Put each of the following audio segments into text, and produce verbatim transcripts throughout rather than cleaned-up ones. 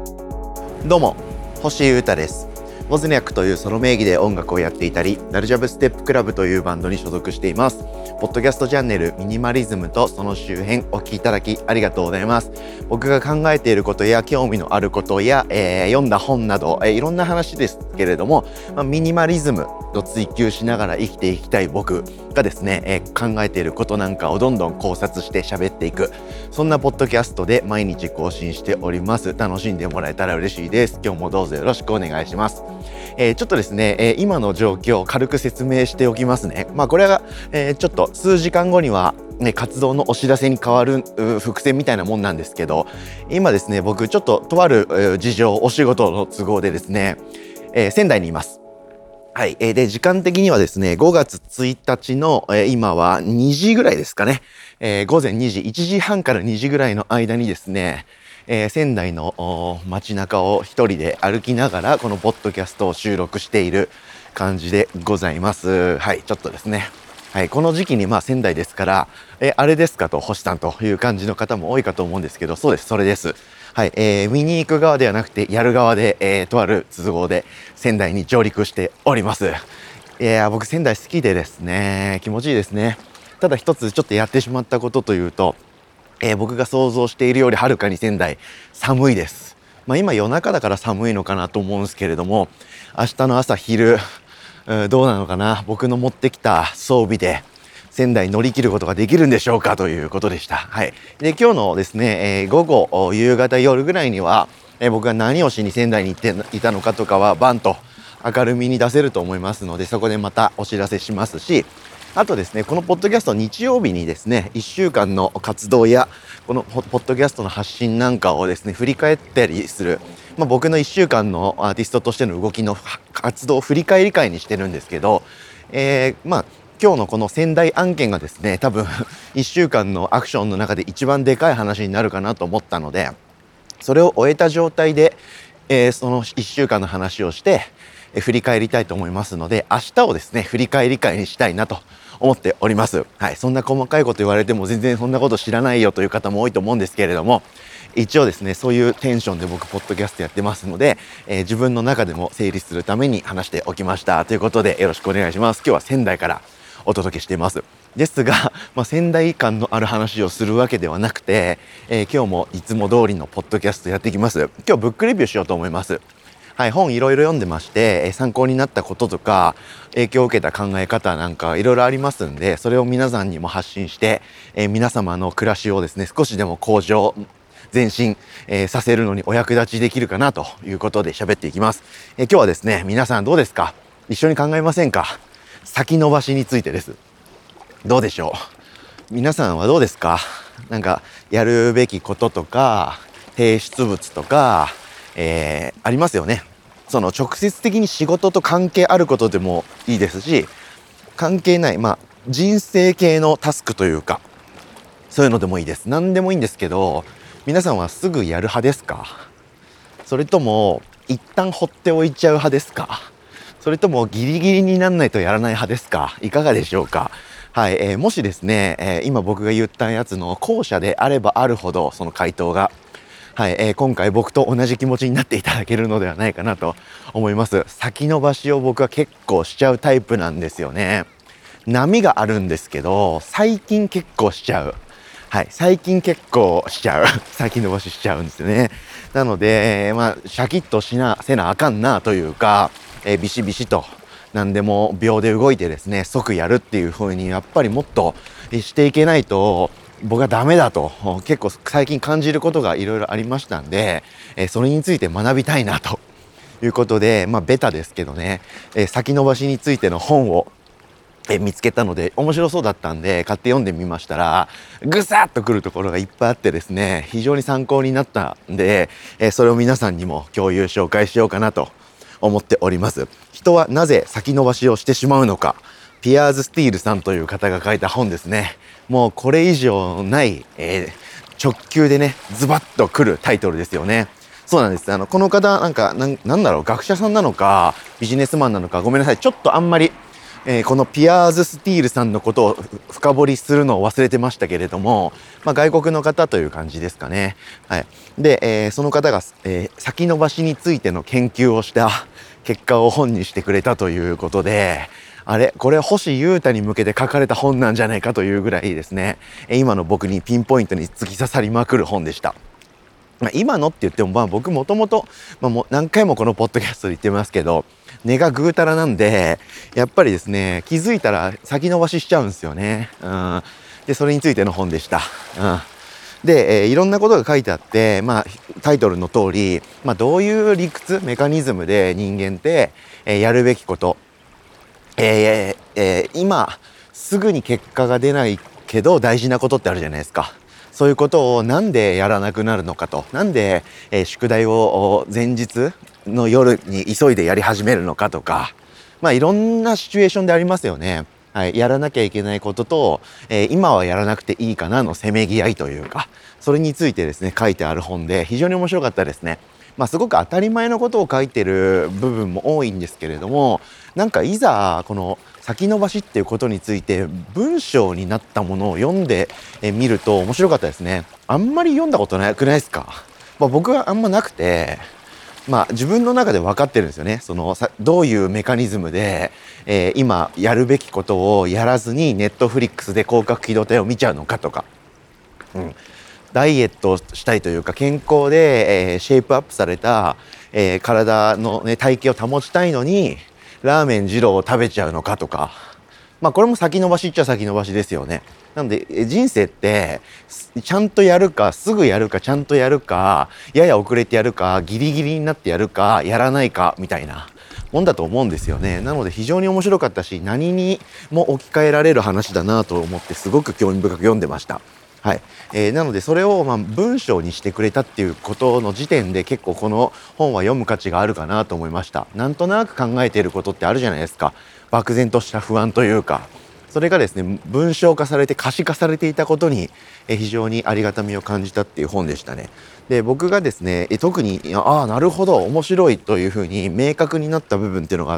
どうも、星優太です。ウォズニャックというソロ名義で音楽をやっていたり、ダルジャブステップクラブというバンドに所属しています。ポッドキャストチャンネルミニマリズムとその周辺お聞きいただきありがとうございます。僕が考えていることや興味のあることや、えー、読んだ本など、えー、いろんな話ですけれども、まあ、ミニマリズムを追求しながら生きていきたい僕がですね、えー、考えていることなんかをどんどん考察して喋っていく、そんなポッドキャストで毎日更新しております。楽しんでもらえたら嬉しいです。今日もどうぞよろしくお願いします。えー、ちょっとですね、えー、今の状況を軽く説明しておきますね。まあこれが、えー、ちょっと数時間後には、ね、活動のお知らせに変わる伏線みたいなもんなんですけど、今ですね、僕ちょっととある、えー、事情、お仕事の都合でですね、えー、仙台にいます。はい。で、時間的にはですね、ごがつついたちの、えー、今はにじぐらいですかね。えー、午前にじ、いちじはんからにじぐらいの間にですね、えー、仙台の街中を一人で歩きながらこのポッドキャストを収録している感じでございます。はい、ちょっとですね。はい、この時期にまあ仙台ですから、え、あれですかと、星さんという感じの方も多いかと思うんですけど、そうです、それです。はい、えー、見に行く側ではなくて、やる側で、えー、とある都合で仙台に上陸しております。いや、僕仙台好きでですね、気持ちいいですね。ただ一つちょっとやってしまったことというと、えー、僕が想像しているよりはるかに仙台寒いです。まあ今夜中だから寒いのかなと思うんですけれども、明日の朝昼、うん、どうなのかな、僕の持ってきた装備で仙台乗り切ることができるんでしょうかということでした。はい。で、今日のですね、えー、午後、夕方、夜ぐらいには、えー、僕が何をしに仙台に行っていたのかとかはバンと明るみに出せると思いますので、そこでまたお知らせしますし、あとですね、このポッドキャスト日曜日にですね、いっしゅうかんの活動やこのポッドキャストの発信なんかをですね振り返ったりする、まあ、僕のいっしゅうかんのアーティストとしての動きの活動を振り返り会にしてるんですけど、えー、まあ今日のこの仙台案件がですね、多分いっしゅうかんのアクションの中で一番でかい話になるかなと思ったので、それを終えた状態で、えー、そのいっしゅうかんの話をしてえ振り返りたいと思いますので、明日をですね振り返り会にしたいなと思っております。はい、そんな細かいこと言われても全然そんなこと知らないよという方も多いと思うんですけれども、一応ですねそういうテンションで僕ポッドキャストやってますので、えー、自分の中でも整理するために話しておきましたということで、よろしくお願いします。今日は仙台からお届けしていますですが、まあ、仙台感のある話をするわけではなくて、えー、今日もいつも通りのポッドキャストやっていきます。今日ブックレビューしようと思います。はい、本いろいろ読んでまして、参考になったこととか影響を受けた考え方なんかいろいろありますんで、それを皆さんにも発信して、えー、皆様の暮らしをですね少しでも向上前進、えー、させるのにお役立ちできるかなということで喋っていきます。えー、今日はですね、皆さんどうですか？一緒に考えませんか？先延ばしについてです。どうでしょう？皆さんはどうですか？なんかやるべきこととか提出物とか、えー、ありますよね。その直接的に仕事と関係あることでもいいですし、関係ない、まあ人生系のタスクというか、そういうのでもいいです。何でもいいんですけど、皆さんはすぐやる派ですか？それとも一旦放っておいちゃう派ですか？それともギリギリになんないとやらない派ですか？いかがでしょうか？はい、えー、もしですね、えー、今僕が言ったやつの後者であればあるほど、その回答がはい、えー、今回僕と同じ気持ちになっていただけるのではないかなと思います。先延ばしを僕は結構しちゃうタイプなんですよね。波があるんですけど、最近結構しちゃう。はい、最近結構しちゃう。先延ばししちゃうんですよね。なので、まあ、シャキッとしな、せなあかんなというか、えー、ビシビシと何でも秒で動いてですね、即やるっていう風にやっぱりもっとしていけないと、僕はダメだと結構最近感じることがいろいろありましたんで、えー、それについて学びたいなということで、まあベタですけどね、えー、先延ばしについての本をえー、見つけたので面白そうだったんで買って読んでみましたら、ぐさっとくるところがいっぱいあってですね、非常に参考になったんで、えー、それを皆さんにも共有紹介しようかなと思っております。人はなぜ先延ばしをしてしまうのか、ピアーズ・スティールさんという方が書いた本ですね。もうこれ以上ない、えー、直球でねズバッとくるタイトルですよね。そうなんです。あのこの方なんかなんなんだろう、学者さんなのかビジネスマンなのか、ごめんなさい、ちょっとあんまりえー、このピアーズ・スティールさんのことを深掘りするのを忘れてましたけれども、まあ、外国の方という感じですかね。はい。で、えー、その方が、えー、先延ばしについての研究をした結果を本にしてくれたということで、あれこれ星優太に向けて書かれた本なんじゃないかというぐらいですね、今の僕にピンポイントに突き刺さりまくる本でした。まあ、今のって言っても、まあ、僕もともと何回もこのポッドキャストで言ってますけど、根がぐうたらなんで、やっぱりですね、気づいたら先延ばししちゃうんですよね。うん、でそれについての本でした。うんで、えー、いろんなことが書いてあって、まあ、タイトルの通り、まあ、どういう理屈メカニズムで人間って、えー、やるべきこと、えーえー、今すぐに結果が出ないけど大事なことってあるじゃないですか。そういうことをなんでやらなくなるのかと、なんで、えー、宿題を前日の夜に急いでやり始めるのかとか、まあいろんなシチュエーションでありますよね。はい、やらなきゃいけないことと、えー、今はやらなくていいかなのせめぎ合いというか、それについてですね書いてある本で非常に面白かったですね。まあすごく当たり前のことを書いてる部分も多いんですけれども、なんかいざこの先延ばしっていうことについて文章になったものを読んでみると面白かったですね。あんまり読んだことなくないですか？まあ、僕はあんまなくて、まあ自分の中で分かってるんですよね。そのさどういうメカニズムで、えー、今やるべきことをやらずにネットフリックスで広角機動隊を見ちゃうのかとか、うん、ダイエットをしたいというか健康で、えー、シェイプアップされた、えー、体の、ね、体型を保ちたいのにラーメン二郎を食べちゃうのかとか、まあこれも先延ばしっちゃ先延ばしですよね。なので人生ってちゃんとやるかすぐやるかちゃんとやるかやや遅れてやるかギリギリになってやるかやらないかみたいなもんだと思うんですよね。なので非常に面白かったし何にも置き換えられる話だなと思ってすごく興味深く読んでました。はい、えー、なのでそれをまあ文章にしてくれたっていうことの時点で結構この本は読む価値があるかなと思いました。なんとなく考えていることってあるじゃないですか。漠然とした不安というか、それがですね文章化されて可視化されていたことに非常にありがたみを感じたっていう本でしたね。で僕がですね特にああなるほど面白いというふうに明確になった部分っていうのがあって、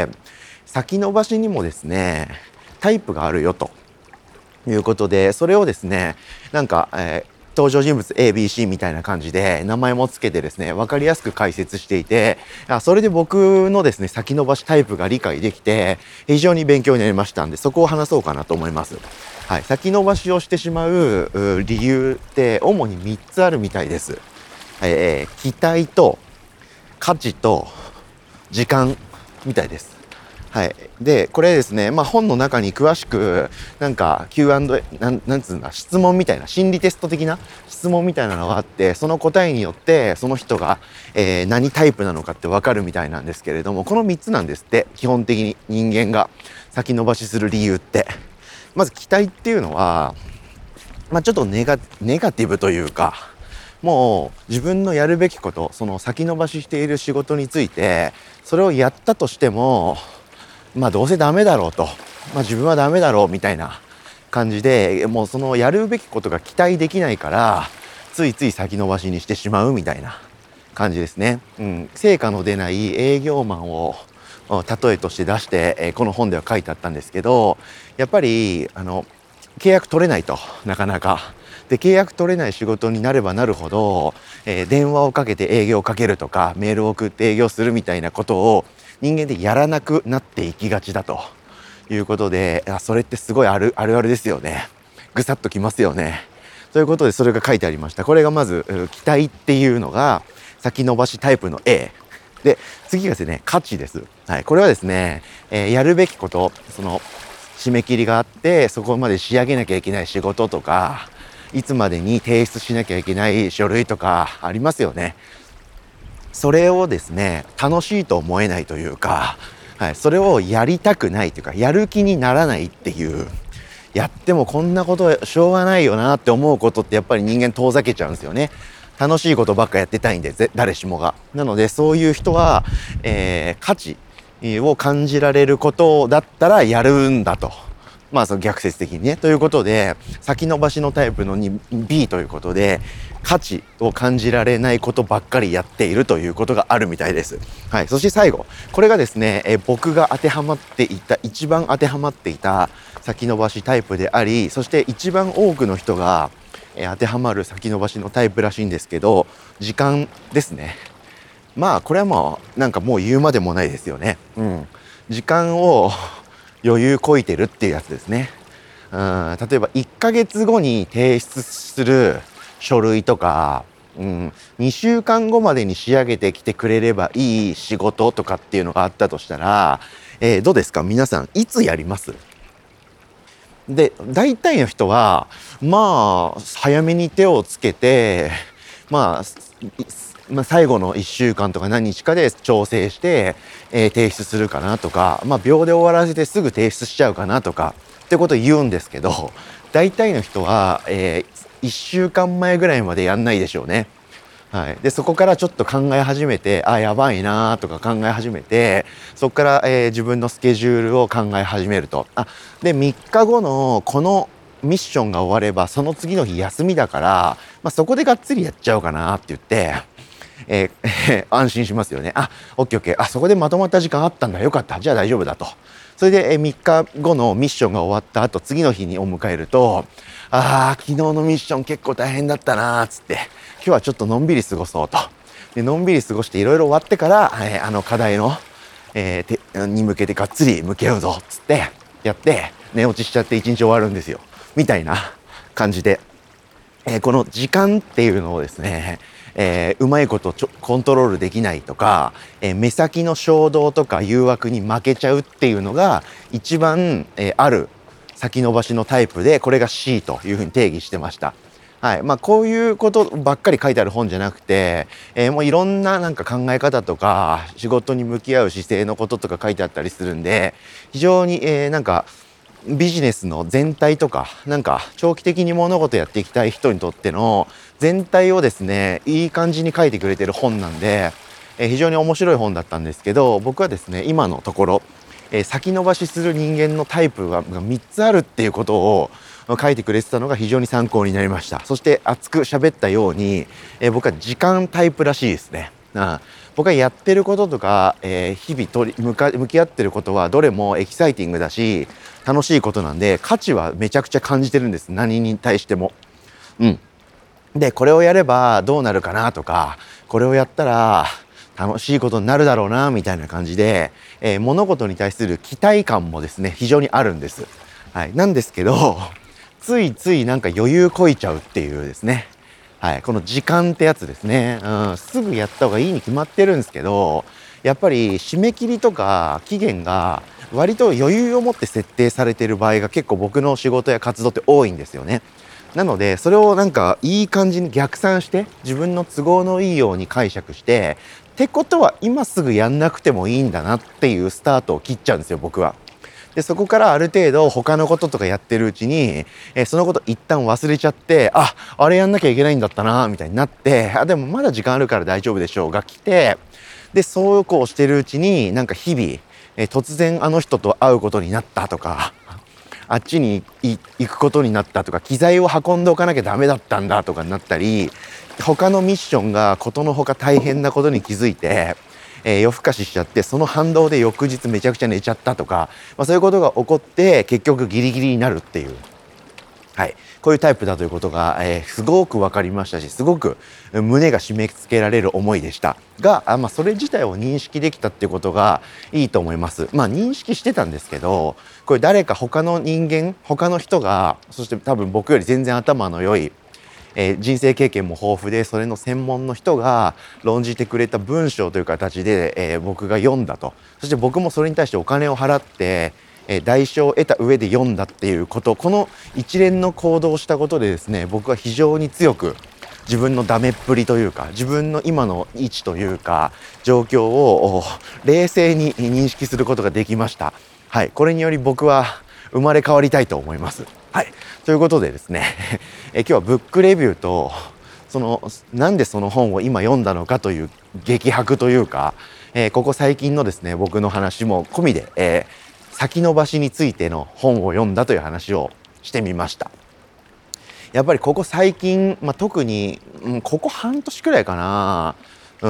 先延ばしにもですねタイプがあるよということで、それをですねなんか、えー登場人物 エービーシー みたいな感じで名前もつけてですね分かりやすく解説していて、それで僕のですね先延ばしタイプが理解できて非常に勉強になりましたんで、そこを話そうかなと思います。はい、先延ばしをしてしまう理由って主にみっつあるみたいです。えー、期待と価値と時間みたいです。はい、でこれですね、まあ、本の中に詳しくなんか キューアンドエー なん、なんつうんだ質問みたいな心理テスト的な質問みたいなのがあって、その答えによってその人が、えー、何タイプなのかって分かるみたいなんですけれども、このみっつなんですって。基本的に人間が先延ばしする理由って、まず期待っていうのは、まあ、ちょっとネガ、ネガティブというか、もう自分のやるべきこと、その先延ばししている仕事についてそれをやったとしてもまあどうせダメだろうと、まあ自分はダメだろうみたいな感じで、もうそのやるべきことが期待できないからついつい先延ばしにしてしまうみたいな感じですね。うん、成果の出ない営業マンを例えとして出して、えー、この本では書いてあったんですけど、やっぱりあの契約取れないと、なかなかで契約取れない仕事になればなるほど、えー、電話をかけて営業をかけるとかメールを送って営業するみたいなことを人間でやらなくなっていきがちだということで、あそれってすごいあるあるあるですよね。ぐさっときますよね。ということでそれが書いてありました。これがまず期待っていうのが先延ばしタイプの A で、次がですね価値です。はい、これはですね、えー、やるべきこと、その締め切りがあってそこまで仕上げなきゃいけない仕事とか、いつまでに提出しなきゃいけない書類とかありますよね。それをですね楽しいと思えないというか、はい、それをやりたくないというかやる気にならないっていう、やってもこんなことしょうがないよなって思うことってやっぱり人間遠ざけちゃうんですよね。楽しいことばっかやってたいんで、誰しもが。なのでそういう人は、えー、価値を感じられることだったらやるんだとまあその逆説的にね。ということで、先延ばしのタイプの B ということで、価値を感じられないことばっかりやっているということがあるみたいです。はい。そして最後、これがですね、え僕が当てはまっていた、一番当てはまっていた先延ばしタイプであり、そして一番多くの人がえ当てはまる先延ばしのタイプらしいんですけど、時間ですね。まあこれはもうなんかもう言うまでもないですよね。うん。時間を余裕こいてるっていうやつですね。うん、例えばいっかげつごに提出する書類とか、うん、にしゅうかんごまでに仕上げてきてくれればいい仕事とかっていうのがあったとしたら、えー、どうですか皆さん、いつやります？で、大体の人は、まあ、早めに手をつけて、まあ、まあ、最後のいっしゅうかんとか何日かで調整して、えー、提出するかなとか、まあ、秒で終わらせてすぐ提出しちゃうかなとかってことを言うんですけど、大体の人は、えー、いっしゅうかんまえぐらいまでやんないでしょうね。はい、でそこからちょっと考え始めて、あ、やばいなとか考え始めて、そこから、えー、自分のスケジュールを考え始めると。あ、でみっかごのこのミッションが終わればその次の日休みだから、まあ、そこでがっつりやっちゃおうかなって言って、えー、安心しますよね。あ、オッケーオッケー。あ、そこでまとまった時間あったんだ。よかった。じゃあ大丈夫だと。それで、えー、みっかごのミッションが終わった後、次の日にを迎えると、あー、昨日のミッション結構大変だったなーつって、今日はちょっとのんびり過ごそうと。で、のんびり過ごしていろいろ終わってから、えー、あの課題の、えー、てに向けてがっつり向き合うぞつってやって寝落ちしちゃって一日終わるんですよ。みたいな感じで、えー、この時間っていうのをですね、えー、うまいことちょコントロールできないとか、えー、目先の衝動とか誘惑に負けちゃうっていうのが一番、えー、ある先延ばしのタイプで、これが C というふうに定義してました。はい。まあ、こういうことばっかり書いてある本じゃなくて、えー、もういろんななんか考え方とか、仕事に向き合う姿勢のこととか書いてあったりするんで、非常に、えー、なんか、ビジネスの全体とか、なんか長期的に物事やっていきたい人にとっての全体をですね、いい感じに書いてくれてる本なんで、えー、非常に面白い本だったんですけど、僕はですね、今のところ、えー、先延ばしする人間のタイプがみっつあるっていうことを書いてくれてたのが非常に参考になりました。そして熱く喋ったように、えー、僕は時間タイプらしいですね。ああ、僕がやってることとか、えー、日々取り向か向き合ってることはどれもエキサイティングだし楽しいことなんで、価値はめちゃくちゃ感じてるんです。何に対しても。うん。で、これをやればどうなるかなとか、これをやったら楽しいことになるだろうなみたいな感じで、えー、物事に対する期待感もですね、非常にあるんです。はい。なんですけど、ついついなんか余裕こいちゃうっていうですね。はい。この時間ってやつですね。うん。すぐやった方がいいに決まってるんですけど、やっぱり締め切りとか期限が割と余裕を持って設定されている場合が結構僕の仕事や活動って多いんですよね。なので、それをなんかいい感じに逆算して、自分の都合のいいように解釈して、ってことは今すぐやんなくてもいいんだなっていうスタートを切っちゃうんですよ、僕は。で、そこからある程度他のこととかやってるうちに、えー、そのこと一旦忘れちゃって、あ、あれやんなきゃいけないんだったな、みたいになって、あ、でもまだ時間あるから大丈夫でしょうが来て、で、そうこうしてるうちに、なんか日々、えー、突然あの人と会うことになったとか、あっちに行くことになったとか、機材を運んでおかなきゃダメだったんだとかになったり、他のミッションがことのほか大変なことに気づいて、えー、夜更かししちゃって、その反動で翌日めちゃくちゃ寝ちゃったとか、まあ、そういうことが起こって結局ギリギリになるっていう、はい、こういうタイプだということが、えー、すごく分かりましたし、すごく胸が締め付けられる思いでしたが、あ、まあ、それ自体を認識できたっていうことがいいと思います。まあ認識してたんですけど、これ誰か他の人間、他の人が、そして多分僕より全然頭の良い、えー、人生経験も豊富でそれの専門の人が論じてくれた文章という形で、えー、僕が読んだと。そして僕もそれに対してお金を払って、えー、代償を得た上で読んだっていうこと、この一連の行動をしたことでですね、僕は非常に強く自分のダメっぷりというか、自分の今の位置というか状況を冷静に認識することができました。はい、これにより僕は生まれ変わりたいと思います。はい、ということでですね、え今日はブックレビューと、そのなんでその本を今読んだのかという激白というか、えー、ここ最近のですね僕の話も込みで、えー、 先延ばしについての本を読んだという話をしてみました。やっぱりここ最近、まあ、特に、うん、ここ半年くらいかな、うん、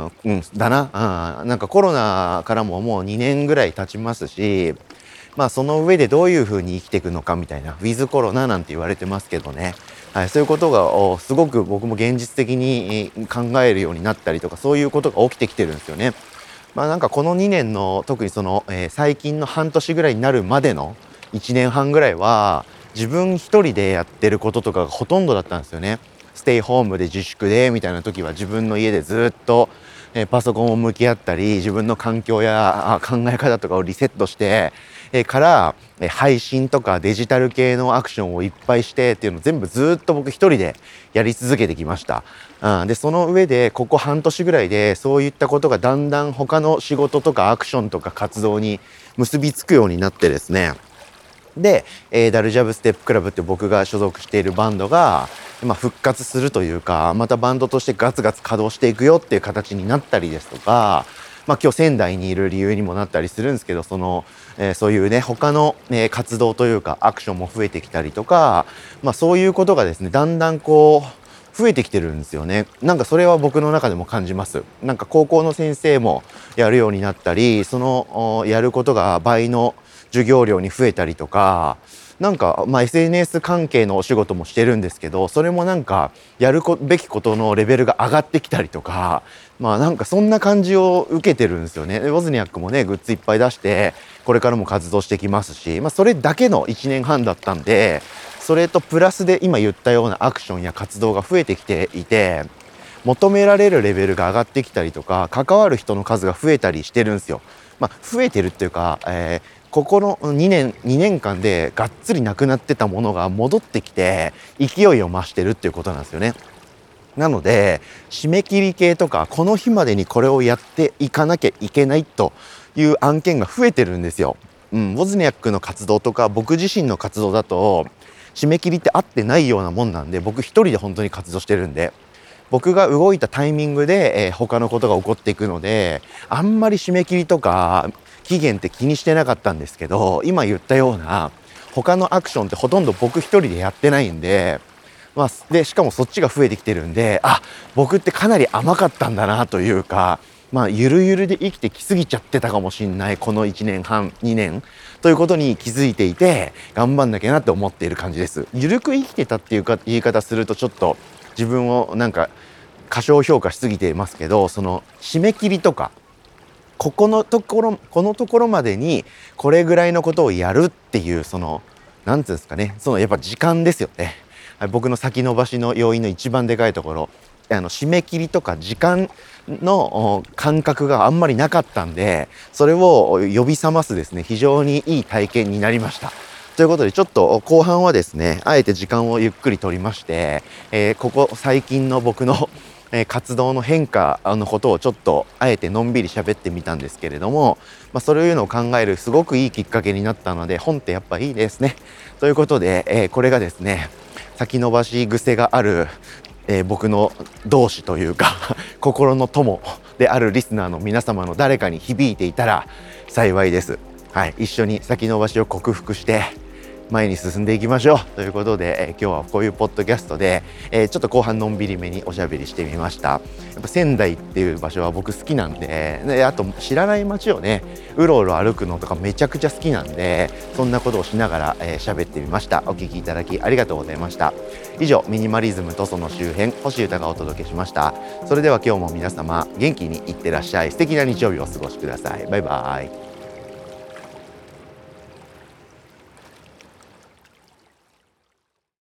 うん、だな、うん、なんかコロナからももうにねんぐらい経ちますし、まあその上でどういうふうに生きていくのかみたいな、ウィズコロナなんて言われてますけどね、はい、そういうことがおすごく僕も現実的に考えるようになったりとか、そういうことが起きてきてるんですよね。まあなんかこのにねんの特にその、えー最近の半年ぐらいになるまでのいちねんはんぐらいは自分一人でやってることとかがほとんどだったんですよね。ステイホームで自粛でみたいな時は自分の家でずっと、えーパソコンを向き合ったり、自分の環境やあ考え方とかをリセットして、えーから、えー配信とかデジタル系のアクションをいっぱいしてっていうのを全部ずっと僕一人でやり続けてきました。うん、でその上でここ半年ぐらいでそういったことがだんだん他の仕事とかアクションとか活動に結びつくようになってですね、で、えーダルジャブステップクラブって僕が所属しているバンドが、まあ、復活するというか、またバンドとしてガツガツ稼働していくよっていう形になったりですとか、まあ、今日仙台にいる理由にもなったりするんですけど、その、えーそういうね他の、えー活動というかアクションも増えてきたりとか、まあ、そういうことがですねだんだんこう増えてきてるんですよね。なんかそれは僕の中でも感じます。なんか高校の先生もやるようになったり、そのおやることが倍の授業料に増えたりとか、なんか、まあ、エスエヌエス 関係のお仕事もしてるんですけど、それもなんかやるべきことのレベルが上がってきたりとか、まあなんかそんな感じを受けてるんですよね。でウォズニャックもねグッズいっぱい出してこれからも活動してきますし、まあ、それだけのいちねんはんだったんで、それとプラスで今言ったようなアクションや活動が増えてきていて、求められるレベルが上がってきたりとか、関わる人の数が増えたりしてるんですよ。まあ、増えてるっていうか、えーここのにねん、にねんかんでがっつりなくなってたものが戻ってきて勢いを増してるっていうことなんですよね。なので締め切り系とかこの日までにこれをやっていかなきゃいけないという案件が増えてるんですよ。うん、ウォズニャックの活動とか僕自身の活動だと締め切りって合ってないようなもんなんで、僕一人で本当に活動してるんで、僕が動いたタイミングで、えー他のことが起こっていくので、あんまり締め切りとか期限って気にしてなかったんですけど、今言ったような他のアクションってほとんど僕一人でやってないんで、まあ、でしかもそっちが増えてきてるんで、あ、僕ってかなり甘かったんだなというか、まあゆるゆるで生きてきすぎちゃってたかもしんない、このいちねんはんにねんということに気づいていて、頑張んなきゃなって思っている感じです。ゆるく生きてたっていうか言い方するとちょっと自分をなんか過小評価しすぎてますけど、その締め切りとかここのところこのところまでにこれぐらいのことをやるっていう、そのなんていうんですかね、そのやっぱ時間ですよね。はい、僕の先延ばしの要因の一番でかいところ、あの締め切りとか時間のお感覚があんまりなかったんで、それを呼び覚ますですね非常にいい体験になりました。ということでちょっと後半はですねあえて時間をゆっくり取りまして、えーここ最近の僕のえー活動の変化のことをちょっとあえてのんびり喋ってみたんですけれども、まあ、そういうのを考えるすごくいいきっかけになったので、本ってやっぱいいですね。ということで、えーこれがですね先延ばし癖がある、えー僕の同志というか心の友であるリスナーの皆様の誰かに響いていたら幸いです。はい、一緒に先延ばしを克服して前に進んでいきましょうということで、えー今日はこういうポッドキャストで、えーちょっと後半のんびりめにおしゃべりしてみました。やっぱ仙台っていう場所は僕好きなんで、であと知らない街をねうろうろ歩くのとかめちゃくちゃ好きなんで、そんなことをしながら喋、えー、ってみました。お聞きいただきありがとうございました。以上ミニマリズムとその周辺、星歌がお届けしました。それでは今日も皆様元気にいってらっしゃい。素敵な日曜日をお過ごしください。バイバイ。